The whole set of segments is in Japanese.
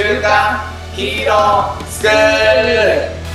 週刊ヒーロースクール。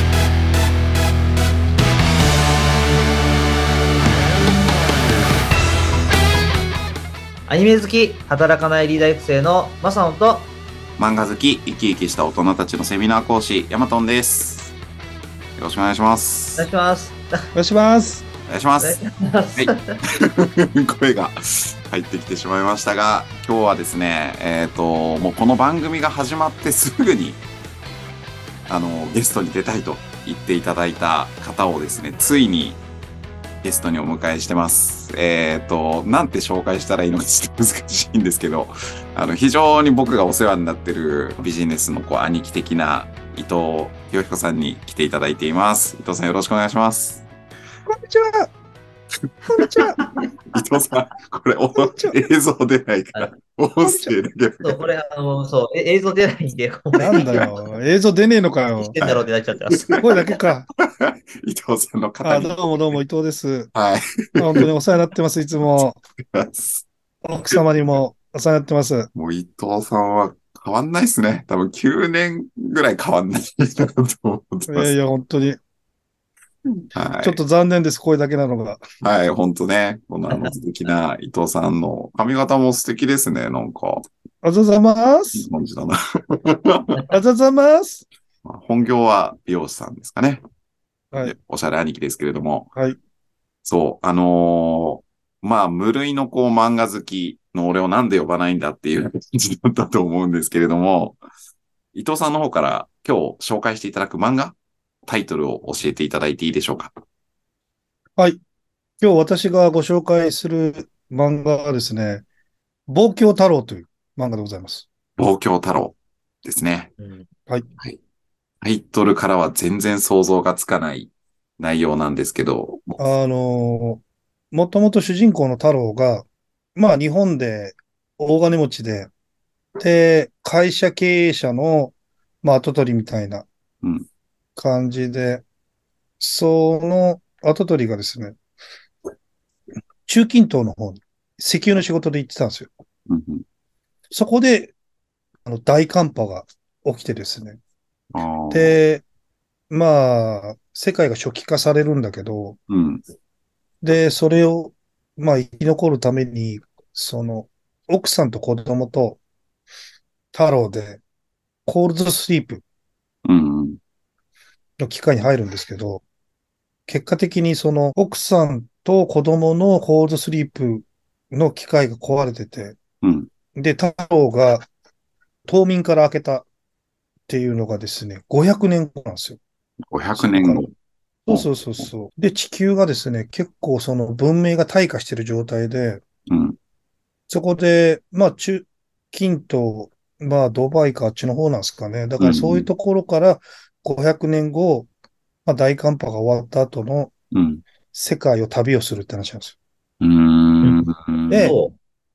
アニメ好き、働かないリーダー育成のマサオンと、 漫画好き、生き生きした大人たちのセミナー講師、ヤマトンです。よろしくお願いしまおす。 願いします。 お願いします。 お願いします。はい。声が入ってきてしまいましたが、今日はですね、もうこの番組が始まってすぐに、ゲストに出たいと言っていただいた方をですね、ついにゲストにお迎えしてます。なんて紹介したらいいのかちょっと難しいんですけど、非常に僕がお世話になってるビジネスの兄貴的な伊藤清彦さんに来ていただいています。伊藤さんよろしくお願いします。 こんにちは。こんにちは。 伊藤さん、これ映像出ないから、音声だけ。 そう、これ、映像出ないんで、 なんだよ。映像出ねえのかよ。 何してんだろうってなっちゃってます。 声だけか。 伊藤さんの方に。 どうもどうも伊藤です。 はい。 本当にお世話になってます、いつも。奥様にもお世話になってます。 もう伊藤さんは変わんないですね。多分9年ぐらい変わんない人だと思ってます。 いやいや、本当に。 はい、 ちょっと残念です、声だけなのが。 はい、本当ね。この素敵な伊藤さんの髪型も素敵ですね、なんか。 あざざまいいす。 感じだな。 あざざます。 本業は美容師さんですかね。 はい。 でおしゃれ兄貴ですけれども。 はい。 そう、まあ、無類の漫画好きの俺をなんで呼ばないんだっていう感じだったと思うんですけれども、伊藤さんの方から今日紹介していただく漫画、タイトルを教えていただいていいでしょうか。 はい。今日私がご紹介する漫画はですね、望郷太郎という漫画でございます。 望郷太郎ですね。 はい。 はい。タイトルからは全然想像がつかない内容なんですけど。 もともと主人公の太郎が、まあ日本で大金持ちで、会社経営者の、まあ跡取りみたいなうん。 感じで、その跡取りがですね、中近東の方に石油の仕事で行ってたんですよ。 うん。 そこで、大寒波が起きてですね。 ああ。 で、まあ、世界が初期化されるんだけど、 うん。 で、それを、まあ、生き残るために、奥さんと子供と太郎で、コールドスリープうん。 の機会に入るんですけど、結果的にその奥さんと子供のコールドスリープの機械が壊れてて、 うん。 で、太郎が冬眠から開けたっていうのがですね、500年後なんですよ。 500 そこから。 年後。 そう。で、地球がですね、結構その文明が退化している状態で、 うん。 そこで、まあ、近東、まあ、ドバイかあっちの方なんですかね。だうん。 からそういうところから500年後、まあ、大寒波が終わった後のうん。 世界を旅をするって話なんですうーうんん。 よ。 そ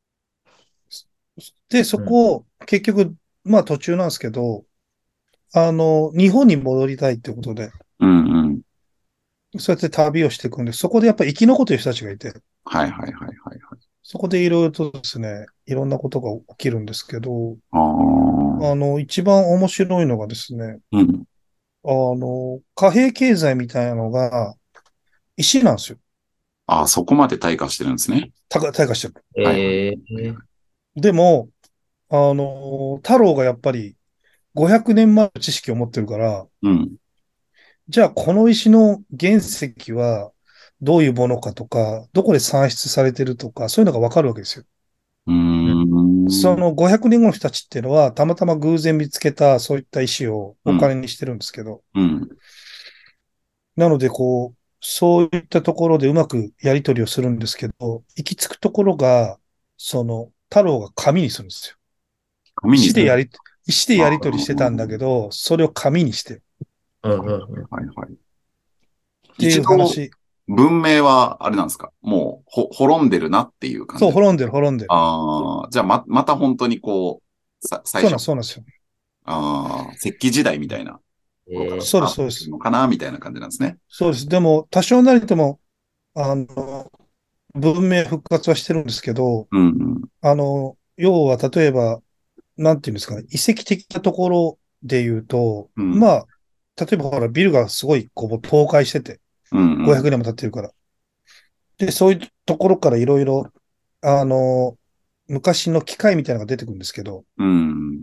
そう。 こを結局、まあ途中なんですけど、日本に戻りたいってことで、 うん。うん。 そうやって旅をしていくんで、そこでやっぱり生き残ってる人たちがいて、 はいはいはいはいはい。 そこでいろいろとですね、いろんなことが起きるんですけど、 ああ。 一番面白いのがですね、 うん。 貨幣経済みたいなのが石なんですよ。 ああ、そこまで退化してるんですね。 退化してる。 はいはいえはいはい。 ー、 でも、太郎がやっぱり500年前の知識を持ってるから、 うん。 じゃあこの石の原石はどういうものかとか、どこで産出されてるとか、そういうのがわかるわけですよ。 うーうん。 ん。 その500年後の人たちっていうのは、たまたま偶然見つけたそういった石をおうん。 金にしてるんですけど、 うん。 なのでそういったところでうまくやり取りをするんですけど、行き着くところが、太郎が紙にするんですよ。 紙にする。 石でやり、石でああ。 やり取りしてたんだけど、それを紙にしてっうんうんうん。 はいはい。 てい一度、 う話。 文明はあれなんですか？もう、滅んでるなっていう感そう、 じ。 滅んでる。 ああ、じゃあまた本当に最初、 そうなんですよ。 石器時代みたいなところからスえそうです、 タートそうです。 するのかなみたいな感じなんですね。 そうです。でも、多少なりとも、あの、文明復活はしてるんですけど、 うんうん。 要は、例えば、 なんていうんですかね、遺跡的なところで言うと、 うん。 まあ、例えばほら、ビルがすごいこう倒壊してて、 うんうん。 500年も経ってるから。で、そういうところからいろいろ、あの、昔の機械みたいなのが出てくるんですけど、 うん。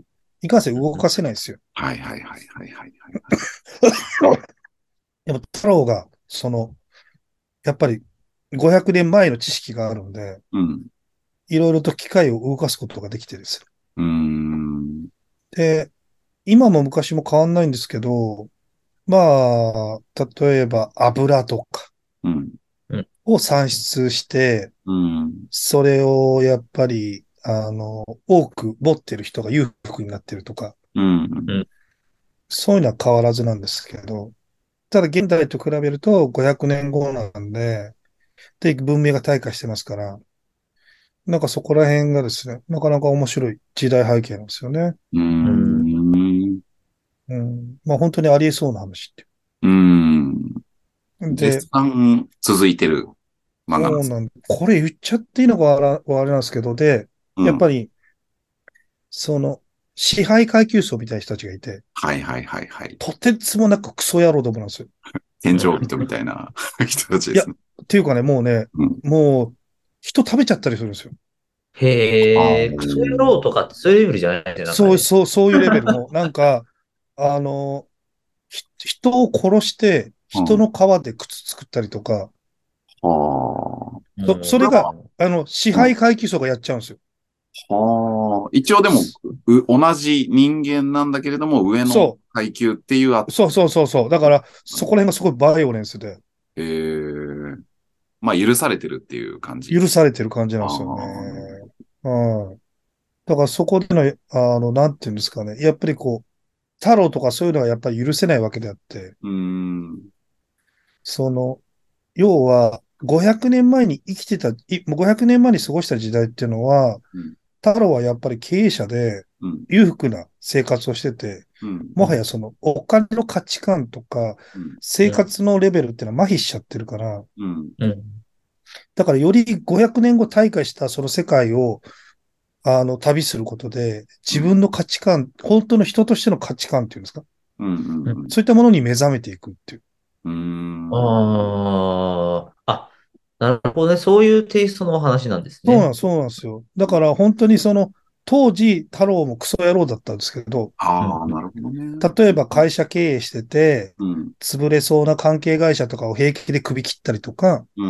いかんせん動かせないんですよ。 はいはいはいはいはいはい。 でも、太郎が、やっぱり500年前の知識があるんで、 うん。 いろいろと機械を動かすことができてですね。 うん。 で、今も昔も変わんないんですけど、まあ、例えば油とかうん。 うん。 を産出して、 うん。 それをやっぱり、多く持ってる人が裕福になってるとか、 うん。 そういうのは変わらずなんですけど、ただ現代と比べると500年後なんで、で、文明が退化してますから、なんかそこら辺がですね、なかなか面白い時代背景なんですよね。 ううん。 ん。 うん。まあ本当にありえそうな話ってうん。 いう。で、 絶賛続いてる漫画なんです。 そうなんこれ言っちゃっていいのかあれなんですけど、で、 うん。 やっぱり、その、支配階級層みたいな人たちがいて、 はいはいはいはい。 とてつもなくクソ野郎どもなんですよ。 天井人みたいな人たちでいや、 すね。 っていうかね、もうね、 うん。 もう、人食べちゃったりするんですよ。 ああ、 へえ、クソ野郎とかってそういうレベルじゃないですよ、なんかね。 そういうレベルの、なんか、あの、人を殺して、 うん。 人の皮で靴作ったりとか、 ああ。 うそれが、 ん。 支うん。 配階級層がやっちゃうんですよ。 はあ。一応でも、同じ人間なんだけれども、上のそ階級っていうそう。だから、そこら辺がすごいバイオレンスで、 ええ、まあ許されてるっていう感じ。 許されてる感じなんあですよね。 あ、なるほど。 うん。だからそこでの、なんていうんですかね。やっぱりこう、太郎とかそういうのはやっぱり許せないわけであって、 うーん。 その、要は、500年前に生きてた、500年前に過ごした時代っていうのは、 うん。 太郎はやっぱり経営者でうん。 裕福な生活をしてて、 うん。 もはやそのお金の価値観とかうん。 生活のレベルっていうのは麻痺しちゃってるから、 うん。 うん。 だからより500年後退化したその世界を旅することでうん。 自分の価値観、本当の人としての価値観っていうんですか、 うん。 うん。 そういったものに目覚めていくっていう。 うん。 ああ、あ、なるほどね。そういうテイストのお話なんですね。 そうなんですよ。だから本当に当時太郎もクソ野郎だったんですけど、 うん。 ああ、 うん。 なるほどね。 例えば会社経営してて、 うん。 潰れそうな関係会社とかを平気で首切ったりとか、 うん。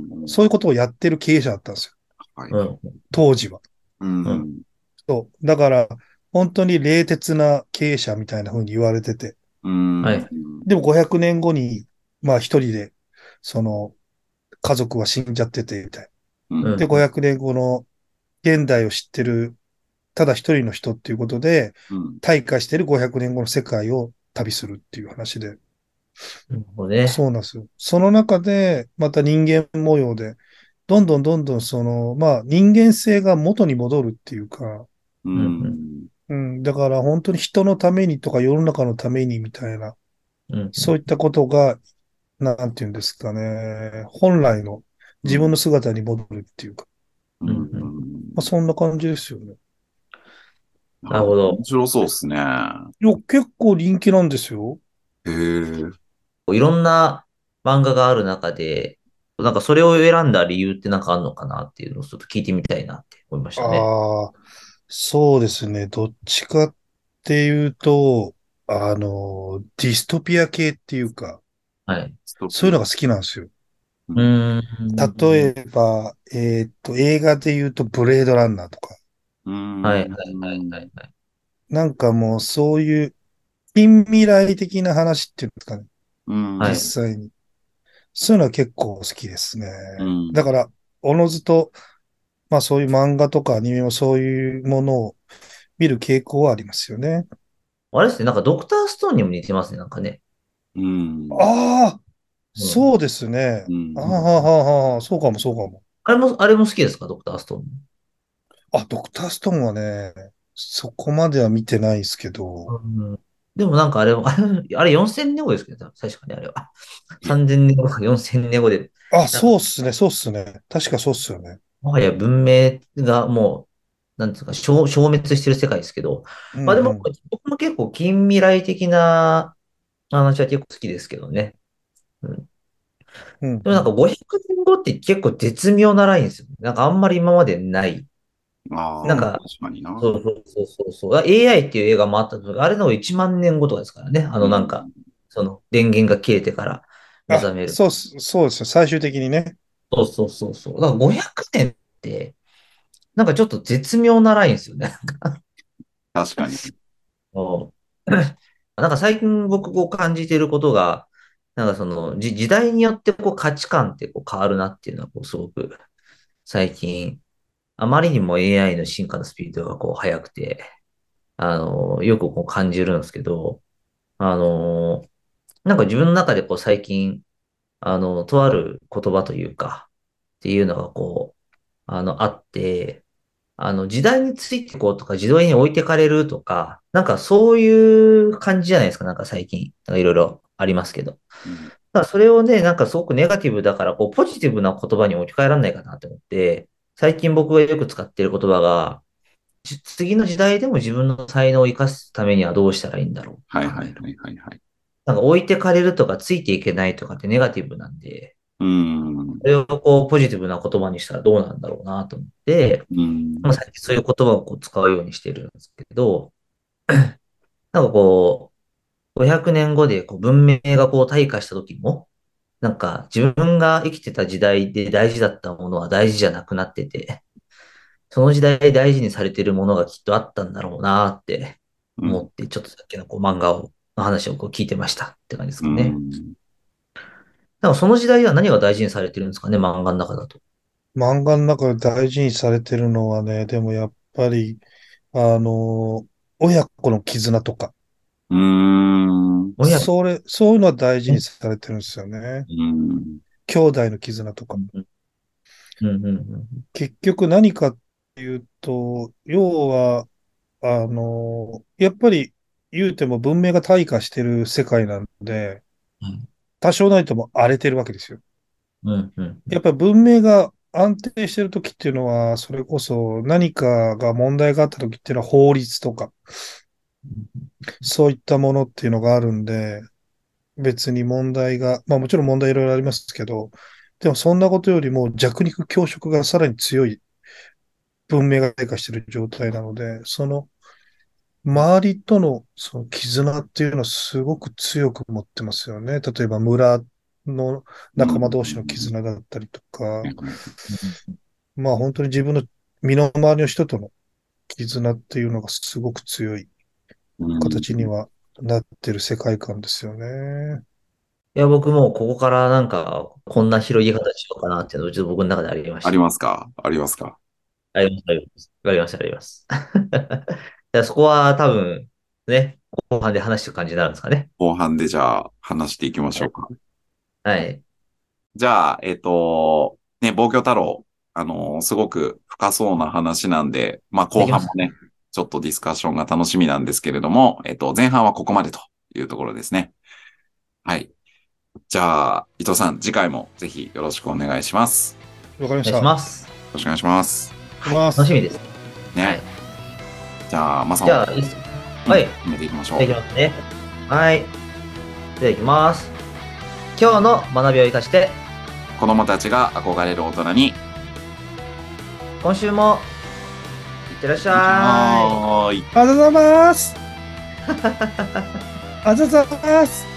うん。 そういうことをやってる経営者だったんですよ。 はいはい。 うん。 当時は。 ううん。 ん。 そう。だから、本当に冷徹な経営者みたいな風に言われてて。 うん。 はい。 でも500年後に、まあ一人で、その、家族は死んじゃってて、みたいな。で、 うん。 うん。 500年後の現代を知ってる、ただ一人の人っていうことで、 うん。 退化してる500年後の世界を旅するっていう話で。 なるほどね。 そうなんですよ。その中で、また人間模様で、どんどんまあ人間性が元に戻るっていうか、 ううん。うん。 ん。 うん、だから本当に人のためにとか世の中のためにみたいな、 うん。 そういったことが、なんていうんですかね、本来のうん。 自分の姿に戻るっていうか、 ううん。うん。 まあ、そんな感じですよね。 なるほど。面なるほど。 白そうですね。 いや、結構人気なんですよ。 へえ。 いろんな漫画がある中で、なんかそれを選んだ理由ってなんかあるのかなっていうのをちょっと聞いてみたいなって思いましたね。 ああ、そうですね。どっちかっていうと、ディストピア系っていうか、 はい。 ストピア。 そういうのが好きなんですよ。 うん。 うーん。 例えば、映画で言うとブレードランナーとか、 うはい、はい、 ん。 はい、はい。はい。 なんかもうそういう近未来的な話っていうんですかね。 うん。 実際に。そういうのは結構好きですね。 うん。 だから、おのずと、まあそういう漫画とかアニメもそういうものを見る傾向はありますよね。 あれですね、なんかドクターストーンにも似てますね、なんかね。 うん。 ああ、 うん。 そうですね。 うん。 ああ、 うん。 そうかもそうかも。 あれも好きですか、ドクターストーン。 あ、ドクターストーンはね、そこまでは見てないですけど。 うん。でもなんかあれも、あれ4000年後ですけど、確かにあれは。3000年後か4000年後で、 あ、 なんか、 そうっすね。確かそうっすよね。 もはや文明がもう、 なんていうか、消滅してる世界ですけど、まあでも、 うん僕も結構近未来的な話は結構好きですけどね。うん、 うん。 でもなんか500年後って結構絶妙なラインですよね。なんかあんまり今までない。 ああ、確なんか、 かにな。 そう。AI っていう映画もあったとか、あれの1万年後とかですからね。なんか、 うん。 その電源が切れてから目覚める。 そうですよ。最終的にね。 だから500年って、なんかちょっと絶妙なラインですよね。 確かに。 そうなんか最近僕こう感じていることが、なんかその時代によってこう価値観ってこう変わるなっていうのはこうすごく最近、あまりにも AI の進化のスピードがこう速くて、よくこう感じるんですけど、あの、なんか自分の中でこう最近、とある言葉というか、っていうのがこう、あって、時代についてこうとか、時代に置いてかれるとか、なんかそういう感じじゃないですか、なんか最近。なんかいろいろありますけど。 うん。 ただそれをね、なんかすごくネガティブだから、こう、ポジティブな言葉に置き換えられないかなと思って、最近僕がよく使っている言葉が、次の時代でも自分の才能を生かすためにはどうしたらいいんだろうって考える。 はいはいはいはいはい。 なんか置いてかれるとかついていけないとかってネガティブなんで、 うん。 それをこうポジティブな言葉にしたらどうなんだろうなと思って、 うん。 まあ、最近そういう言葉をこう使うようにしてるんですけど、なんかこう、500年後でこう文明がこう退化した時も、なんか自分が生きてた時代で大事だったものは大事じゃなくなってて、その時代で大事にされてるものがきっとあったんだろうなってうん。 思って、ちょっとさっきのこう漫画の話をこう聞いてましたって感じですうかね。 ん。 なんかその時代は何が大事にされてるんですかね、漫画の中だと。 漫画の中で大事にされてるのはね、でもやっぱり、あの、親子の絆とか、 うん。 親子。 そういうのは大事うんにされてるんですよね。 うん。 兄弟の絆とか。 うんうん結局何かっていうと、要は、やっぱり言うても文明が退化してる世界なんで、多少なりとも荒れてるわけですよ。 うんうんやっぱり文明が安定してる時っていうのは、それこそ何かが問題があった時っていうのは法律とか、そういったものっていうのがあるんで、別に問題が、まあもちろん問題いろいろありますけど、でもそんなことよりも弱肉強食がさらに強い文明が退化している状態なので、その周りとのその絆っていうのはすごく強く持ってますよね。例えば村のうん。 仲間同士の絆だったりとか、 うんまあ本当に自分の身の回りの人との絆っていうのがすごく強いうん。 形にはなってる世界観ですよね。 いや、僕もここからなんか、こんな広い言い方しようかなっていうのをちょっと僕の中でありましありた。 ますか？ありますか？ あります、あります。あります、あります。いやそこは多分、ね、後半で話していく感じになるんですかね。 後半でじゃあ話していきましはい。 ょうか。 はい。 じゃあ、ね、望郷太郎、すごく深そうな話なんで、まあ後できます。 半もね、ちょっとディスカッションが楽しみなんですけれども、前半はここまでというところですね。はい。じゃあ、伊藤さん、次回もぜひよろしくお願いします。 お願いしわかりました。 ます。 よろしくお願いします。 はい。 いきます。 楽しみです。はね。 い。 じゃあ、マサオ、 じゃあ、いいっすか。 うん、 はい。 決めていきましょじゃあ、いう。 きますね。はい。では、いきます。今日の学びを生かして、 子供たちが憧れる大人に、 今週も、いってらっしゃい。 はーい。 ありがとうございます。ありがとうございます。